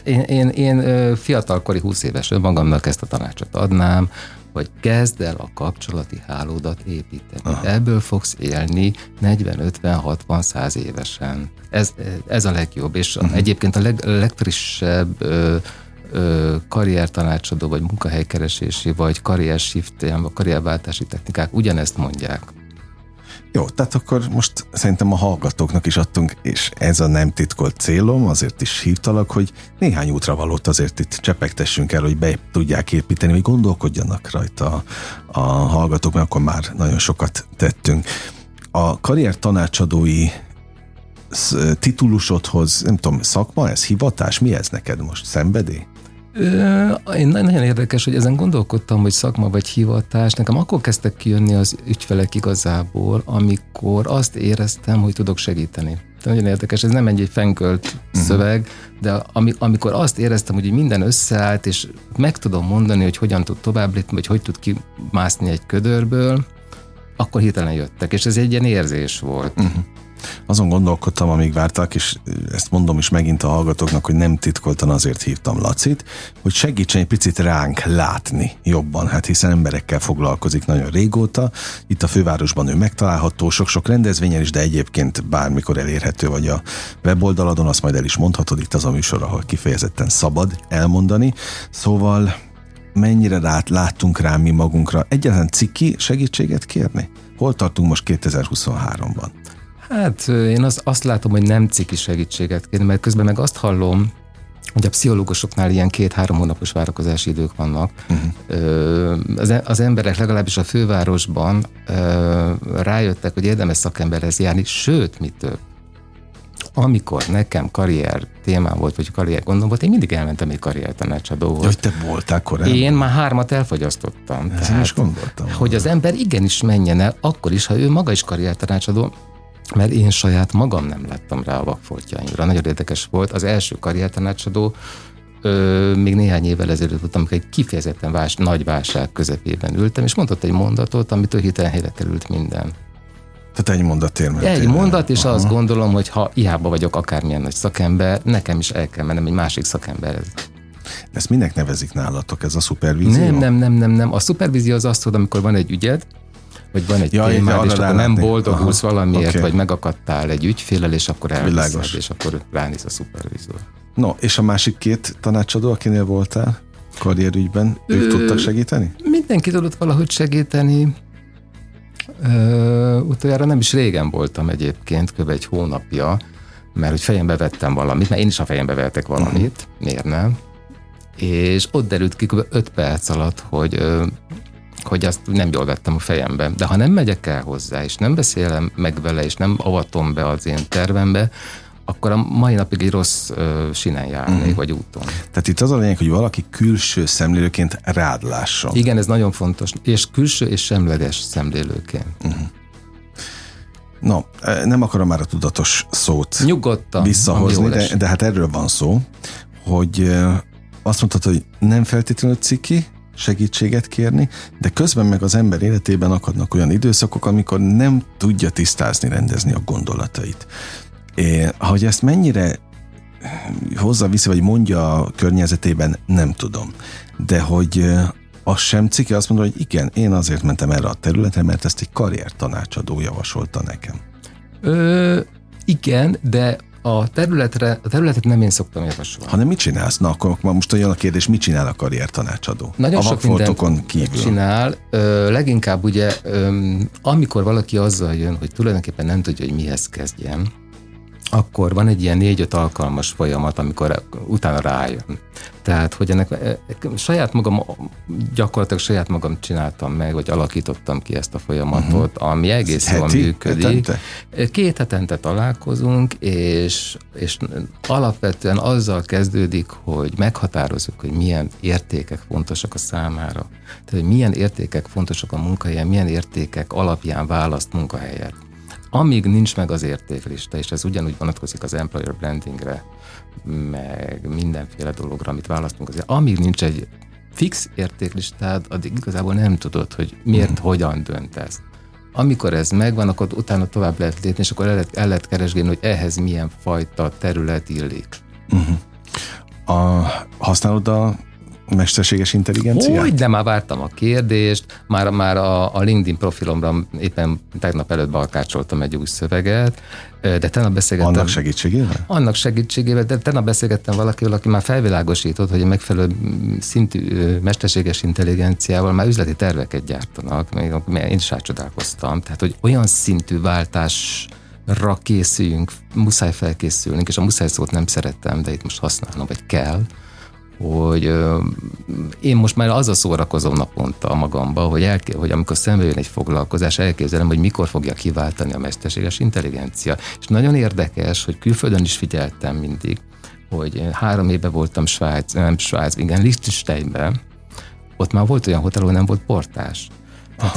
Én fiatalkori 20 éves magamnak ezt a tanácsot adnám, hogy kezd el a kapcsolati hálódat építeni. Aha. Ebből fogsz élni 40-50-60-100 évesen. Ez a legjobb, és egyébként a legfrissebb karriertanácsadó, vagy munkahelykeresési, vagy karrierváltási technikák ugyanezt mondják.
Jó, tehát akkor most szerintem a hallgatóknak is adtunk, és ez a nem titkolt célom, azért is hívtalak, hogy néhány útravalót azért itt csepegtessünk el, hogy be tudják építeni, vagy gondolkodjanak rajta a hallgatók, mert akkor már nagyon sokat tettünk. A karriertanácsadói titulusodhoz, nem tudom, szakma ez, hivatás, mi ez neked most? Szenvedély?
Én nagyon érdekes, hogy ezen gondolkodtam, hogy szakma vagy hivatás. Nekem akkor kezdtek kijönni az ügyfelek igazából, amikor azt éreztem, hogy tudok segíteni. De nagyon érdekes, ez nem egy fenkölt szöveg, de amikor azt éreztem, hogy minden összeállt, és meg tudom mondani, hogy hogyan tud tovább lépni, vagy hogy tud kimászni egy ködörből, akkor hirtelen jöttek, és ez egy ilyen érzés volt.
Azon gondolkodtam, amíg vártak, és ezt mondom is megint a hallgatóknak, hogy nem titkoltan azért hívtam Lacit, hogy segítsen egy picit ránk látni jobban, hát hiszen emberekkel foglalkozik nagyon régóta. Itt a fővárosban ő megtalálható, sok-sok rendezvényen is, de egyébként bármikor elérhető, vagy a weboldaladon, azt majd el is mondhatod, itt az a műsor, ahol kifejezetten szabad elmondani. Szóval mennyire láttunk rá mi magunkra? Egyáltalán ciki segítséget kérni? Hol tartunk most 2023-ban?
Hát én azt látom, hogy nem ciki segítséget kérni, mert közben meg azt hallom, hogy a pszichológusoknál ilyen 2-3 hónapos várakozási idők vannak. Az emberek legalábbis a fővárosban rájöttek, hogy érdemes szakemberhez járni, sőt, mi több. Amikor nekem karrier témám volt, vagy karrier gondom volt, én mindig elmentem egy karriertanácsadóhoz.
Hogy te voltál korábban?
Én már 3 elfogyasztottam.
Ezen is gondoltam.
Hogy az ember igenis menjen el, akkor is, ha ő maga is karriertanácsadó, mert én saját magam nem láttam rá a vakfoltjaimra. Nagyon érdekes volt. Az első karriertanácsadó még néhány évvel ezelőtt voltam, amikor egy kifejezetten nagy válság közepében ültem, és mondott egy mondatot, amitől hirtelen helyre került minden.
Tehát egy mondat érmentél.
Egy mondat, és azt gondolom, hogy ha hiába vagyok akármilyen nagy szakember, nekem is el kell mennem egy másik szakemberhez.
Ezt minek nevezik nálatok, ez a szupervízió?
Nem. A szupervízió az azt, amikor van egy ügyed, vagy van egy témád, és akkor nem boldogulsz valamiért, vagy megakadtál egy ügyféllel, és akkor elviszed, és akkor ránéz a szupervízió.
No, és a másik 2 tanácsadó, akinél voltál karrierügyben, ők tudtak segíteni?
Mindenki tudott valahogy segíteni. Utoljára nem is régen voltam egyébként, kb. Egy hónapja, mert hogy fejembe vettem valamit, mert én is a fejembe vettek valamit, miért nem? És ott derült ki kb. 5 perc alatt, hogy azt nem jól vettem a fejembe. De ha nem megyek el hozzá, és nem beszélem meg vele, és nem avatom be az én tervembe, akkor a mai napig egy rossz sínen járnék, vagy úton.
Tehát itt az a lényeg, hogy valaki külső szemlélőként rád lásson.
Igen, ez nagyon fontos. És külső és semleges szemlélőként.
No, nem akarom már a tudatos szót
nyugodtan
visszahozni, de hát erről van szó, hogy azt mondtad, hogy nem feltétlenül ciki segítséget kérni, de közben meg az ember életében akadnak olyan időszakok, amikor nem tudja tisztázni, rendezni a gondolatait. Hogy ezt mennyire hozza-viszi, vagy mondja a környezetében, nem tudom. De hogy az sem ciki, azt mondom, hogy igen, én azért mentem erre a területre, mert ezt egy karriertanácsadó javasolta nekem.
Igen, de a területet nem én szoktam javasolni.
Hanem mit csinálsz? Na, akkor most olyan a kérdés, mit csinál a karriertanácsadó?
Nagyon sok mindent csinál. Leginkább ugye, amikor valaki azzal jön, hogy tulajdonképpen nem tudja, hogy mihez kezdjen, akkor van egy ilyen 4-5 alkalmas folyamat, amikor utána rájön. Tehát, hogy ennek gyakorlatilag saját magam csináltam meg, vagy alakítottam ki ezt a folyamatot, ami egész jól működik. 2 hetente találkozunk, és alapvetően azzal kezdődik, hogy meghatározzuk, hogy milyen értékek fontosak a számára. Tehát, hogy milyen értékek fontosak a munkahelyen, milyen értékek alapján választ munkahelyet. Amíg nincs meg az értéklista, és ez ugyanúgy vonatkozik az employer brandingre, meg mindenféle dologra, amit választunk, azért, amíg nincs egy fix értéklistád, addig igazából nem tudod, hogy miért, hogyan döntesz. Amikor ez megvan, akkor utána tovább lehet lépni, és akkor el lehet keresgélni, hogy ehhez milyen fajta terület illik.
Használod a mesterséges intelligenciát?
Hogy, de már vártam a kérdést, már a LinkedIn profilomra éppen tegnap előtt balkácsoltam egy új szöveget, de tegnap beszélgettem...
Annak segítségével?
Annak segítségével, de tegnap beszélgettem valakivel, aki már felvilágosított, hogy a megfelelő szintű mesterséges intelligenciával már üzleti terveket gyártanak, én is átcsodálkoztam. Tehát, hogy olyan szintű váltásra készüljünk, muszáj felkészülnünk, és a muszáj szót nem szerettem, de itt most használnom, vagy kell, hogy én most már azzal szórakozom naponta magamba, hogy amikor szembe jön egy foglalkozás, elképzelem, hogy mikor fogja kiváltani a mesterséges intelligencia. És nagyon érdekes, hogy külföldön is figyeltem mindig, hogy 3 éve voltam Liechtensteinben, ott már volt olyan hotel, ahol nem volt portás. Tehát,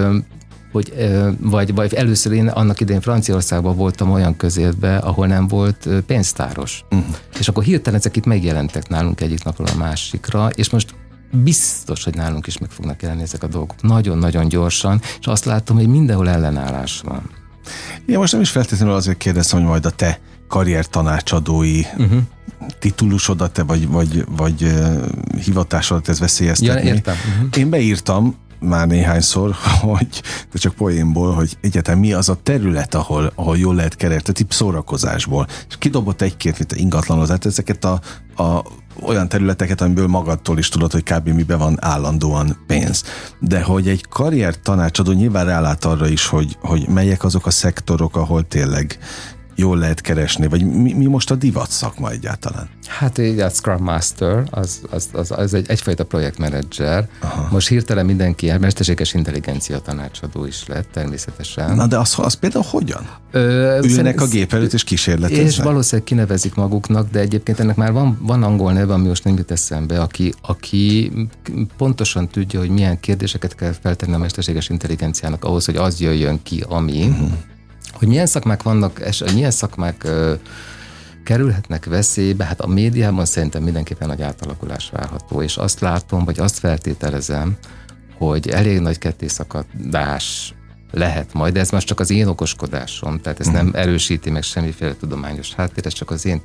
vagy először én annak idején Franciaországban voltam olyan közértben, ahol nem volt pénztáros. És akkor hirtelen ezek itt megjelentek nálunk egyik napról a másikra, és most biztos, hogy nálunk is meg fognak jelenni ezek a dolgok. Nagyon-nagyon gyorsan, és azt látom, hogy mindenhol ellenállás van.
Én most nem is feltétlenül azért kérdeztem, hogy majd a te karriertanácsadói titulusodat vagy hivatásodat ez veszélyeztetni.
Ja, értem.
Én beírtam már néhányszor, de csak poénból, hogy egyáltalán mi az a terület, ahol jól lehet keresni, tip szórakozásból. És kidobott egy-két ingatlanot, tehát ezeket a olyan területeket, amiből magadtól is tudod, hogy kb. Miben van állandóan pénz. De hogy egy karriertanácsadó nyilván rálát arra is, hogy melyek azok a szektorok, ahol tényleg jól lehet keresni, vagy mi most a divat szakma egyáltalán?
Hát így a Scrum Master, az egyfajta projektmenedzser. Most hirtelen mindenki mesterséges intelligencia tanácsadó is lett, természetesen.
Na de az például hogyan? Ülnek a gép előtt és kísérleteznek?
És valószínűleg kinevezik maguknak, de egyébként ennek már van angol neve, ami most nem jut eszembe, aki pontosan tudja, hogy milyen kérdéseket kell feltenni a mesterséges intelligenciának ahhoz, hogy az jöjjön ki, ami... Hogy milyen szakmák vannak, és milyen szakmák kerülhetnek veszélybe, hát a médiában szerintem mindenképpen nagy átalakulás várható, és azt látom, vagy azt feltételezem, hogy elég nagy kettészakadás lehet majd, de ez most csak az én okoskodásom, tehát ez nem erősíti meg semmiféle tudományos háttér, ez csak az én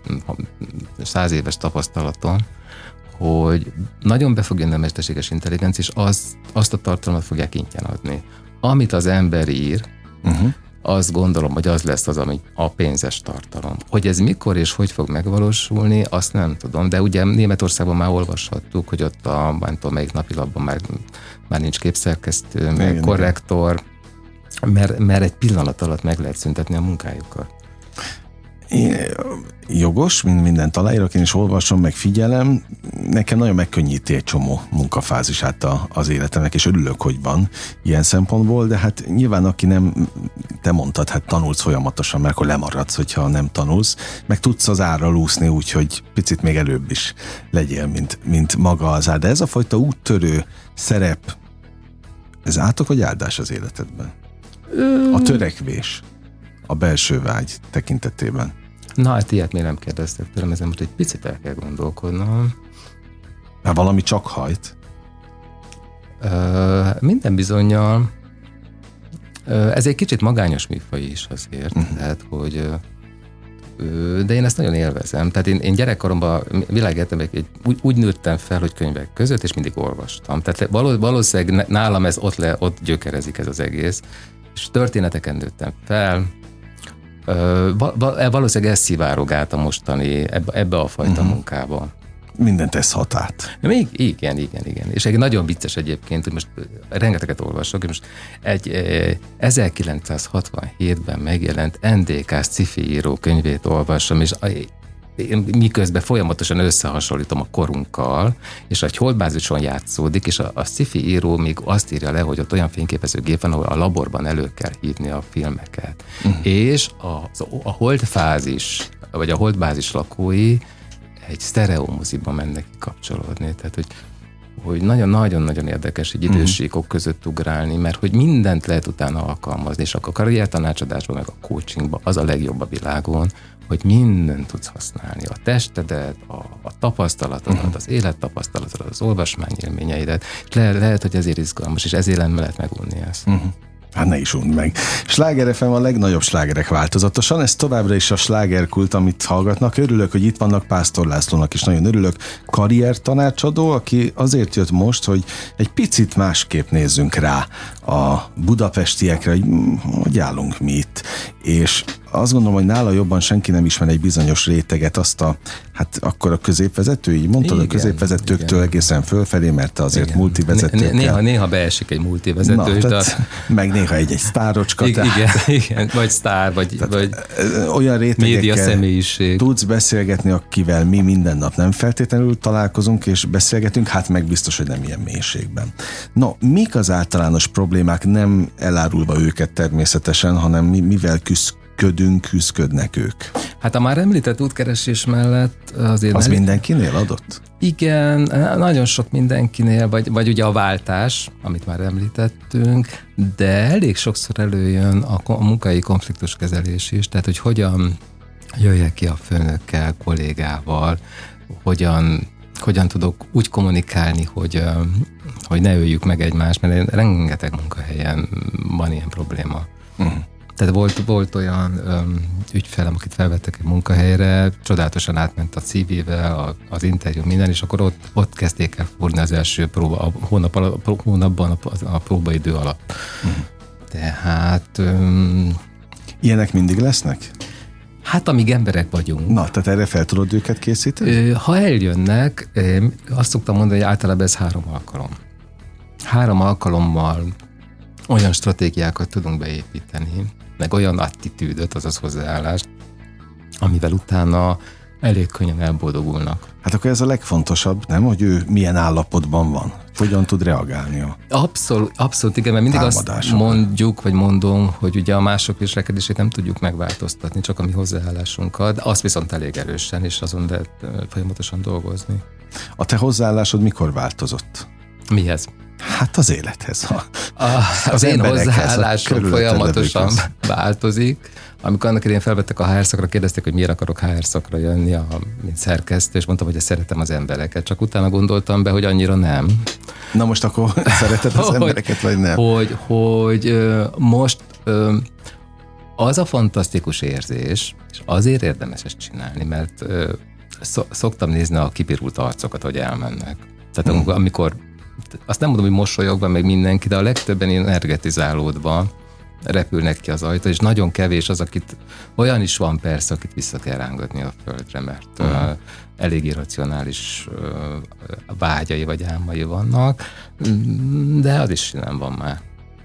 100 éves tapasztalatom, hogy nagyon be fog jönni a mesterséges intelligencia, és azt a tartalmat fogják ingyen adni. Amit az ember ír, azt gondolom, hogy az lesz az, ami a pénzes tartalom. Hogy ez mikor és hogy fog megvalósulni, azt nem tudom, de ugye Németországban már olvashattuk, hogy ott nem tudom, melyik napilapban már nincs képszerkesztő, meg korrektor, mert egy pillanat alatt meg lehet szüntetni a munkájukat.
Jogos, mindent aláírok, én is olvasom, meg figyelem. Nekem nagyon megkönnyíti egy csomó munkafázisát az életemnek, és örülök, hogy van ilyen szempontból, de hát nyilván aki nem, te mondtad, hát tanulsz folyamatosan, mert akkor lemaradsz, hogyha nem tanulsz, meg tudsz az árral úszni úgy, hogy picit még előbb is legyél, mint maga az ár. De ez a fajta úttörő szerep, ez átok vagy áldás az életedben? A törekvés, a belső vágy tekintetében.
Na, hát ilyet még nem kérdeztek tőlem, ezen most egy picit el kell gondolkodnom.
Hát valami csak hajt?
Minden bizonnyal. Ez egy kicsit magányos műfaj is azért, tehát, hogy de én ezt nagyon élvezem. Tehát én gyerekkoromban világegyetemben úgy nőttem fel, hogy könyvek között, és mindig olvastam. Tehát valószínűleg nálam ez ott gyökerezik ez az egész, és történeteken nőttem fel. Valószínűleg ez szivárog át a mostani, ebbe a fajta munkába.
Mindent ez hat át.
Igen. És egy nagyon vicces egyébként, hogy most rengeteget olvasok, és most egy 1967-ben megjelent NDK-s sci-fi író könyvét olvasom, és én miközben folyamatosan összehasonlítom a korunkkal, és egy holdbázison játszódik, és a sci-fi író még azt írja le, hogy ott olyan fényképezőgép van, ahol a laborban elő kell hívni a filmeket. És a holdfázis, vagy a holdbázis lakói egy sztereomoziban mennek kapcsolódni. Tehát, hogy nagyon-nagyon érdekes egy idősíkok között ugrálni, mert hogy mindent lehet utána alkalmazni, és akkor a karriertanácsadásban, meg a coachingban az a legjobb a világon, hogy mindent tudsz használni. A testedet, a tapasztalatodat, az élettapasztalatodat, az olvasmányélményeidet, és lehet, hogy ezért izgalmas, és ezért nem lehet megunni ezt.
Hát ne is und meg. Sláger FM a legnagyobb slágerek változatosan, ez továbbra is a slágerkult, amit hallgatnak. Örülök, hogy itt vannak, Pásztor Lászlónak is nagyon örülök. Karriertanácsadó, aki azért jött most, hogy egy picit másképp nézzünk rá a budapestiekre, hogy állunk mi itt. És azt gondolom, hogy nála jobban senki nem ismer egy bizonyos réteget, hát akkor a középvezető, így mondtad, igen, a középvezetőktől egészen fölfelé, mert te azért multivezetőkkel.
Néha beesik egy multivezető.
Meg néha egy sztárocska.
Igen, vagy sztár, vagy
olyan
média személyiség.
Tudsz beszélgetni, akivel mi minden nap nem feltétlenül találkozunk és beszélgetünk, hát meg biztos, hogy nem ilyen mélységben. No, mik az általános problémák, nem elárulva őket természetesen, hanem mivel küzdködnek ők?
Hát a már említett útkeresés mellett azért...
Az mindenkinél adott?
Igen, nagyon sok mindenkinél, vagy ugye a váltás, amit már említettünk, de elég sokszor előjön a munkai konfliktuskezelés is, tehát hogy hogyan jöjjek ki a főnökkel, kollégával, hogyan tudok úgy kommunikálni, hogy ne öljük meg egymást, mert rengeteg munkahelyen van ilyen probléma. Tehát volt olyan ügyfelem, akit felvettek egy munkahelyre, csodálatosan átment a CV-vel, az interjú minden, és akkor ott kezdték el fúrni az első hónapban a próbaidő alatt. Tehát...
Ilyenek mindig lesznek?
Hát amíg emberek vagyunk.
Na, tehát erre fel tudod őket készíteni?
Ha eljönnek, azt szoktam mondani, hogy általában ez 3 alkalom. 3 alkalommal olyan stratégiákat tudunk beépíteni, meg olyan attitűdöt, azaz hozzáállást, amivel utána elég könnyen elboldogulnak.
Hát akkor ez a legfontosabb, nem? Hogy ő milyen állapotban van. Hogyan tud reagálni?
Abszolút igen, mert mindig azt mondjuk, vagy mondom, hogy ugye a mások viselkedését nem tudjuk megváltoztatni, csak a mi hozzáállásunkat, azt viszont elég erősen, és azon lehet folyamatosan dolgozni.
A te hozzáállásod mikor változott?
Mihez?
Hát az élethez.
Az én hozzáállásom folyamatosan változik. Amikor annak idején felvettek a HR szakra, kérdezték, hogy miért akarok HR szakra jönni, mint szerkesztő, és mondtam, hogy szeretem az embereket. Csak utána gondoltam be, hogy annyira nem.
Na most akkor szereted az embereket, vagy nem?
Hogy most az a fantasztikus érzés, és azért érdemes ezt csinálni, mert szoktam nézni a kipirult arcokat, hogy elmennek. Tehát amikor azt nem mondom, hogy mosolyogva meg mindenki, de a legtöbben ilyen energetizálódva repülnek ki az ajtó, és nagyon kevés az, akit olyan is van persze, akit vissza kell rángatni a földre, mert elég irracionális vágyai vagy álmai vannak, de az is nem van már.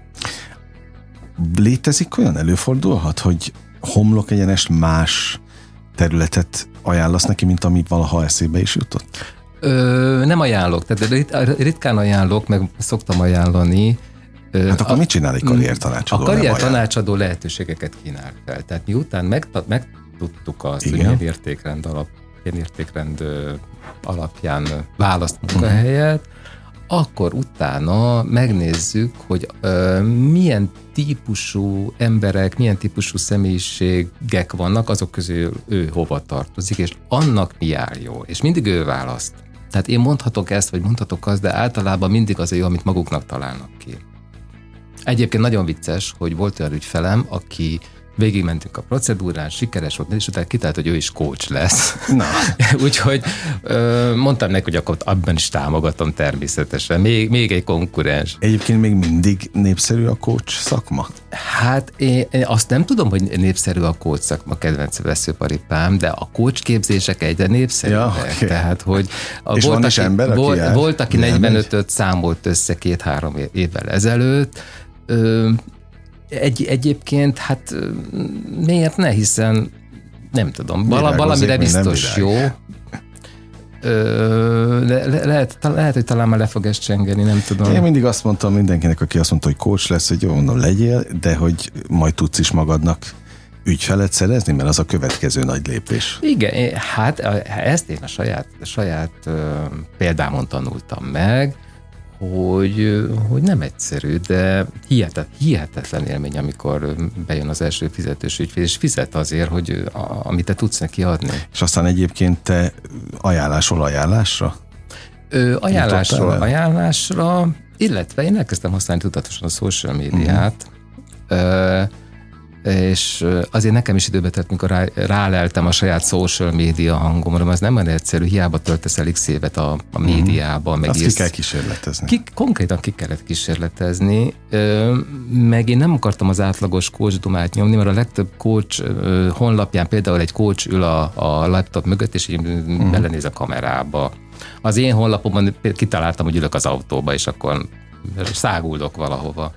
Létezik olyan, előfordulhat, hogy homlok egyenest más területet ajánlasz neki, mint ami valaha eszébe is jutott?
Nem ajánlok, tehát ritkán ajánlok, meg szoktam ajánlani.
Hát akkor mit csinál egy karriertanácsadó?
A karriertanácsadó lehetőségeket kínál fel. Tehát miután megtudtuk azt, igen, hogy milyen értékrend alapján választ munkahelyet, akkor utána megnézzük, hogy milyen típusú emberek, milyen típusú személyiségek vannak, azok közül ő hova tartozik, és annak mi jár jó. És mindig ő választ. Tehát én mondhatok ezt, vagy mondhatok azt, de általában mindig az a jó, amit maguknak találnak ki. Egyébként nagyon vicces, hogy volt olyan ügyfelem, aki végigmentünk a procedúrán, sikeres volt, és utána kitalált, hogy ő is coach lesz.
Na.
Úgyhogy mondtam neki, hogy akkor abban is támogatom természetesen. Még egy konkurens.
Egyébként még mindig népszerű a coach szakma?
Hát én azt nem tudom, hogy népszerű a coach szakma, kedvenc veszőparipám, de a coach képzések egyre népszerűek. Ja, okay. Tehát, hogy
és volt, van is ember, aki
volt, aki 45-öt számolt össze 2-3 évvel ezelőtt. Egyébként, hát miért ne, hiszen nem tudom, valamire biztos jó. De lehet, hogy talán már le fog ezt csengeni, nem tudom.
Én mindig azt mondtam mindenkinek, aki azt mondta, hogy coach lesz, hogy jó, mondom, legyél, de hogy majd tudsz is magadnak ügyfelet szerezni, mert az a következő nagy lépés.
Igen, hát ezt én a saját példámon tanultam meg, hogy nem egyszerű, de hihetetlen élmény, amikor bejön az első fizetős ügyfél, és fizet azért, hogy amit te tudsz neki adni.
És aztán egyébként te ajánlásról ajánlásra?
Ajánlásra, illetve én elkezdtem használni tudatosan a social médiát, és azért nekem is időbe tett, mikor ráleltem a saját social média hangomra, mert ez nem olyan egyszerű, hiába töltesz el x évet a médiában. Meg
azt ki kell kísérletezni.
Konkrétan ki kellett kísérletezni, meg én nem akartam az átlagos coach dumát nyomni, mert a legtöbb coach honlapján például egy coach ül a laptop mögött, és így belenéz a kamerába. Az én honlapomban kitaláltam, hogy ülök az autóba, és akkor száguldok valahova.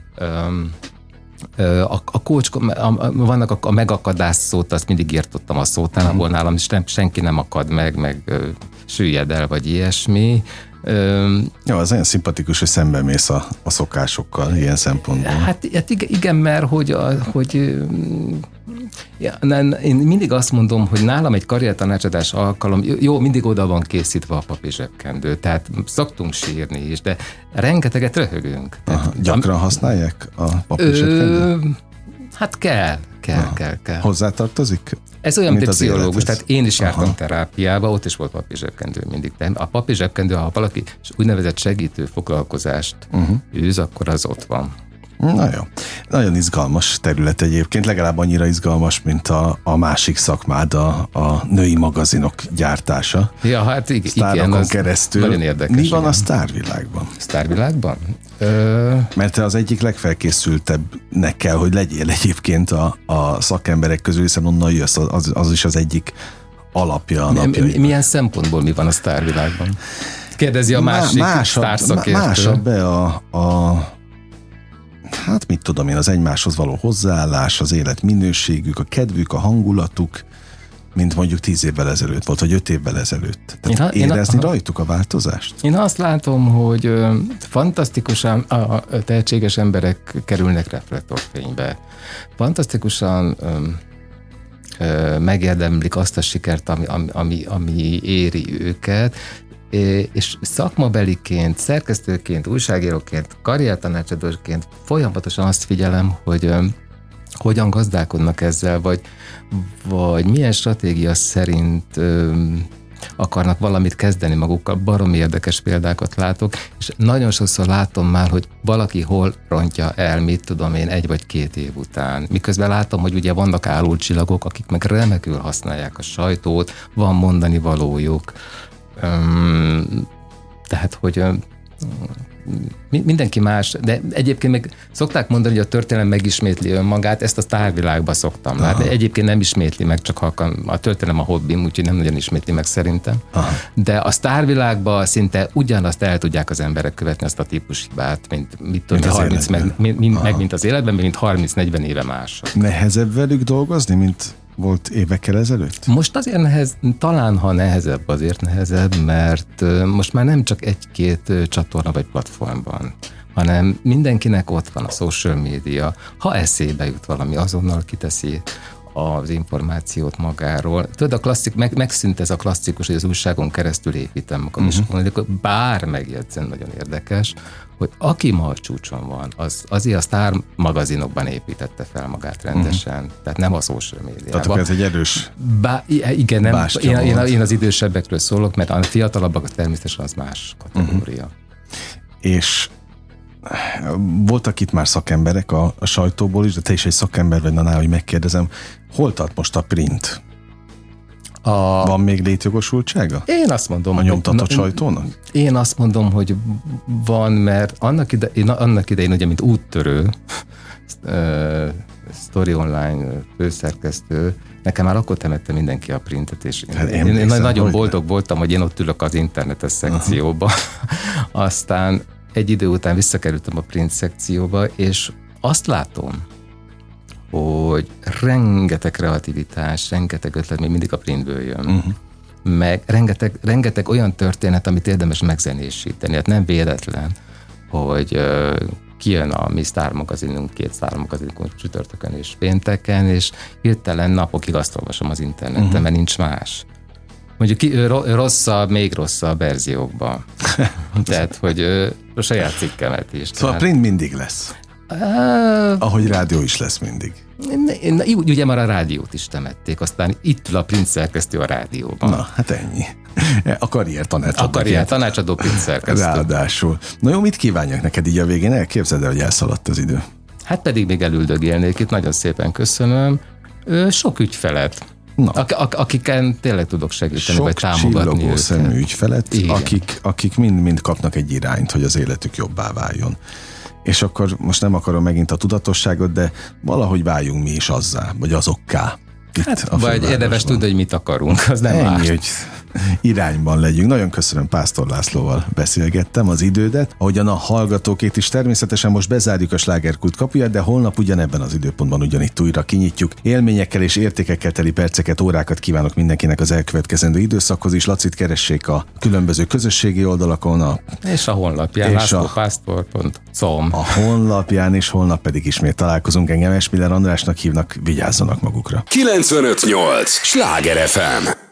A coach, vannak a megakadás szót, azt mindig írtottam a szótárból nálam, és senki nem akad meg süllyed el, vagy ilyesmi.
Ja, az olyan szimpatikus, hogy szembemész a szokásokkal ilyen szempontból.
Hát igen, mert hogy Ja, én mindig azt mondom, hogy nálam egy karriertanácsadás alkalom, jó, mindig oda van készítve a papír zsebkendő, tehát szoktunk sírni is, de rengeteget röhögünk.
Gyakran használják a papír zsebkendőt?
Hát kell.
Hozzátartozik?
Ez olyan, mint egy pszichológus, tehát én is jártam terápiába, ott is volt papír zsebkendő mindig. De a papír zsebkendő, ha valaki úgynevezett segítő foglalkozást űz, akkor az ott van.
Na jó. Nagyon izgalmas terület egyébként, legalább annyira izgalmas, mint a másik szakmád, a női magazinok gyártása.
Ja, hát
igen, keresztül.
Nagyon érdekes.
Mi van a sztárvilágban?
Sztárvilágban?
Mert te az egyik legfelkészültebbnek kell, hogy legyél egyébként a szakemberek közül, hiszen onnan jössz, az is az egyik alapja a napjainak.
Milyen szempontból mi van a sztárvilágban? Kérdezi a másik sztárszakértő.
Másabb be hát mit tudom én, az egymáshoz való hozzáállás, az életminőségük, a kedvük, a hangulatuk, mint mondjuk 10 évvel ezelőtt volt, vagy 5 évvel ezelőtt. Tehát érezni rajtuk a változást?
Én azt látom, hogy fantasztikusan a tehetséges emberek kerülnek reflektorfénybe. Fantasztikusan megérdemlik azt a sikert, ami éri őket, és szakmabeliként, szerkesztőként, újságíróként, karriertanácsadóként folyamatosan azt figyelem, hogy hogyan gazdálkodnak ezzel, vagy milyen stratégia szerint akarnak valamit kezdeni magukkal. Baromi érdekes példákat látok, és nagyon sokszor látom már, hogy valaki hol rontja el, mit tudom én, 1 vagy 2 év után. Miközben látom, hogy ugye vannak árulcsillagok, akik meg remekül használják a sajtót, van mondani valójuk. Tehát, hogy mindenki más, de egyébként még szokták mondani, hogy a történelem megismétli önmagát, ezt a sztárvilágban szoktam látni. Egyébként nem ismétli meg, csak a történelem a hobbim, úgyhogy nem nagyon ismétli meg szerintem. Aha. De a sztárvilágban szinte ugyanazt el tudják az emberek követni, azt a típushibát, mint 30 mint az életben, mint 30-40 éve más.
Nehezebb velük dolgozni, mint volt évekkel ezelőtt?
Most azért talán ha nehezebb, azért nehezebb, mert most már nem csak 1-2 csatorna vagy platform van, hanem mindenkinek ott van a social media. Ha eszébe jut valami, azonnal kiteszi az információt magáról. Tudod, a klasszik, megszűnt ez a klasszikus, hogy az újságon keresztül építem magam, és bár megjegyzem, nagyon érdekes, hogy aki ma a csúcson van, azért a sztár magazinokban építette fel magát rendesen, tehát nem a social médiában.
Tehát ez egy erős
igen, nem, én az idősebbekről szólok, mert a fiatalabbak természetesen az más kategória.
És voltak itt már szakemberek a sajtóból is, de te is egy szakember vagy, hogy megkérdezem, hol tart most a print? Van még létjogosultsága?
Én azt mondom,
a nyomtatott sajtónak?
Én azt mondom, hogy van, mert annak idején ugye, mint úttörő, Story Online főszerkesztő, nekem már akkor temette mindenki a printet, és én nagyon boldog voltam, hogy én ott ülök az internetes szekcióba. Aztán egy idő után visszakerültem a print szekcióba, és azt látom, hogy rengeteg kreativitás, rengeteg ötlet még mindig a printből jön. Meg rengeteg olyan történet, amit érdemes megzenésíteni. Hát nem véletlen, hogy kijön a mi Sztár magazinunk, 2 Sztár magazinunk csütörtökön és pénteken, és hirtelen napokig azt olvasom az interneten, mert nincs más. Mondjuk még rosszabb verziókban. Tehát, hogy a saját cikkemet is.
Szóval a print mindig lesz. Ahogy rádió is lesz mindig.
Ugye már a rádiót is temették, aztán itt ül a print szerkesztő a rádióban.
Na, hát ennyi. A karriertanácsadó.
A karriertanácsadó print szerkesztő.
Ráadásul. Na jó, mit kívánjak neked így a végén? Elképzeld el, hogy elszaladt az idő.
Hát pedig még elüldögélnék itt, nagyon szépen köszönöm. Sok ügyfelet. Akiken tényleg tudok segíteni, vagy támogatni őket.
Sok szemű ügyfelet, akik mind kapnak egy irányt, hogy az életük jobbá váljon. És akkor most nem akarom megint a tudatosságot, de valahogy váljunk mi is azzá, vagy azokká.
Vagy érdemes tudni, hogy mit akarunk, az nem
ennyi, hogy irányban legyünk. Nagyon köszönöm, Pásztor Lászlóval beszélgettem az idődet, ahogyan a hallgatókét is. Természetesen most bezárjuk a Slágerkult kapuját, de holnap ugyanebben az időpontban ugyanitt újra kinyitjuk. Élményekkel és értékekkel teli perceket, órákat kívánok mindenkinek az elkövetkezendő időszakhoz is. Lacit keressék a különböző közösségi oldalakon. És a honlapján, lászlópásztor.com. A honlapján, és holnap pedig ismét találkozunk. Engem Esmiller Andrásnak hívnak, vigyázzanak magukra.
95.8 Sláger FM.